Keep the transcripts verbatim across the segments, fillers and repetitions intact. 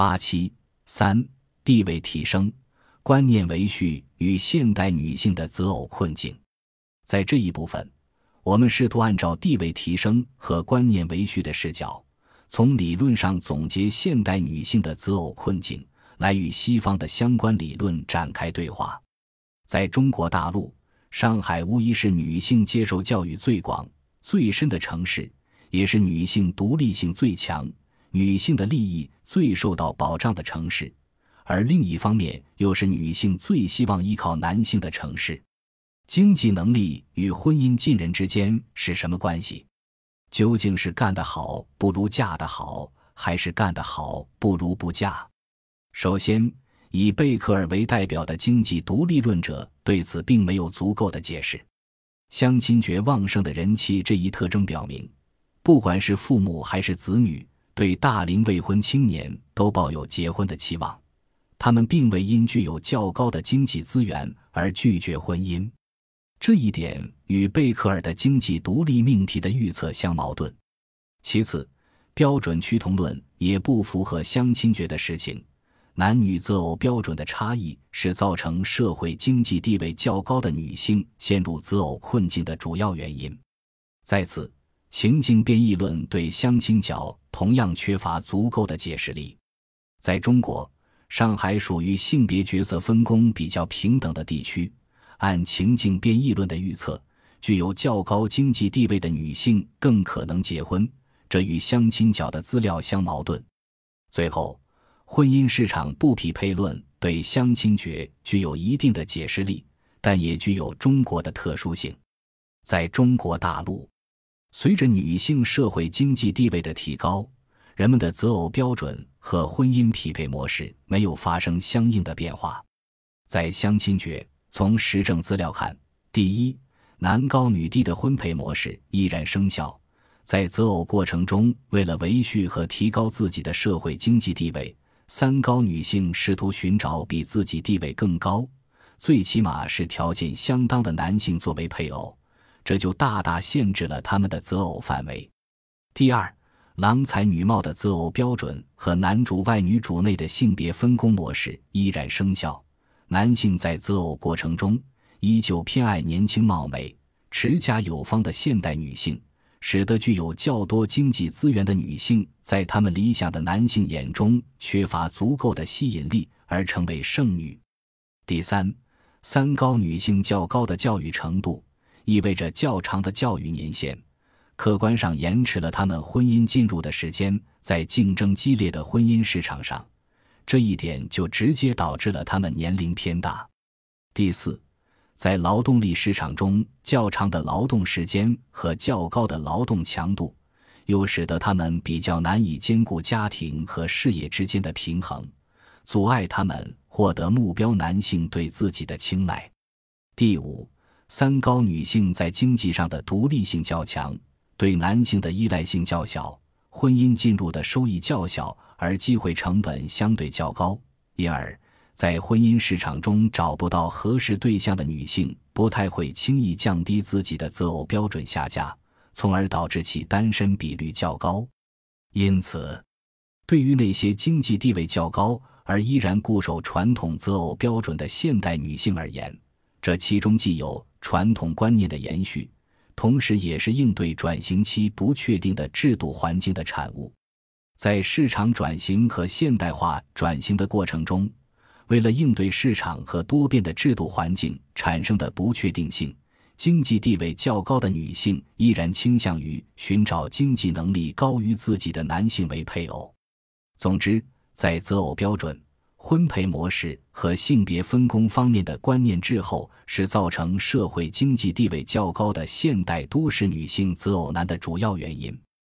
八七三地位提升，观念维序与现代女性的择偶困境。在这一部分，我们试图按照地位提升和观念维序的视角，从理论上总结现代女性的择偶困境，来与西方的相关理论展开对话。在中国大陆，上海无疑是女性接受教育最广、最深的城市，也是女性独立性最强、女性的利益最受到保障的城市，而另一方面又是女性最希望依靠男性的城市。经济能力与婚姻近人之间是什么关系？究竟是干得好不如嫁得好，还是干得好不如不嫁？首先，以贝克尔为代表的经济独立论者对此并没有足够的解释。相亲觉旺盛的人气这一特征表明，不管是父母还是子女，对大龄未婚青年都抱有结婚的期望，他们并未因具有较高的经济资源而拒绝婚姻。这一点与贝克尔的经济独立命题的预测相矛盾。其次，标准趋同论也不符合相亲觉的实情，男女择偶标准的差异是造成社会经济地位较高的女性陷入择偶困境的主要原因。再次，情境变异论对相亲角同样缺乏足够的解释力。在中国，上海属于性别角色分工比较平等的地区，按情境变异论的预测，具有较高经济地位的女性更可能结婚，这与相亲角的资料相矛盾。最后，婚姻市场不匹配论对相亲觉具有一定的解释力，但也具有中国的特殊性。在中国大陆，随着女性社会经济地位的提高，人们的择偶标准和婚姻匹配模式没有发生相应的变化。在相亲觉，从实证资料看，第一，男高女低的婚配模式依然生效。在择偶过程中，为了维续和提高自己的社会经济地位，三高女性试图寻找比自己地位更高，最起码是条件相当的男性作为配偶，这就大大限制了他们的择偶范围。第二，郎才女貌的择偶标准和男主外女主内的性别分工模式依然生效。男性在择偶过程中依旧偏爱年轻貌美、持家有方的现代女性，使得具有较多经济资源的女性在他们理想的男性眼中缺乏足够的吸引力，而成为剩女。第三，三高女性较高的教育程度意味着较长的教育年限，客观上延迟了他们婚姻进入的时间。在竞争激烈的婚姻市场上，这一点就直接导致了他们年龄偏大。第四，在劳动力市场中，较长的劳动时间和较高的劳动强度，又使得他们比较难以兼顾家庭和事业之间的平衡，阻碍他们获得目标男性对自己的青睐。第五，三高女性在经济上的独立性较强，对男性的依赖性较小，婚姻进入的收益较小，而机会成本相对较高，因而在婚姻市场中找不到合适对象的女性不太会轻易降低自己的择偶标准下架，从而导致其单身比率较高。因此，对于那些经济地位较高而依然固守传统择偶标准的现代女性而言，这其中既有传统观念的延续，同时也是应对转型期不确定的制度环境的产物。在市场转型和现代化转型的过程中，为了应对市场和多变的制度环境产生的不确定性，经济地位较高的女性依然倾向于寻找经济能力高于自己的男性为配偶。总之，在择偶标准、婚配模式和性别分工方面的观念滞后，是造成社会经济地位较高的现代都市女性择偶难的主要原因。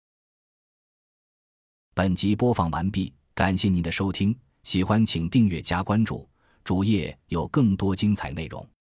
本集播放完毕，感谢您的收听，喜欢请订阅加关注，主页有更多精彩内容。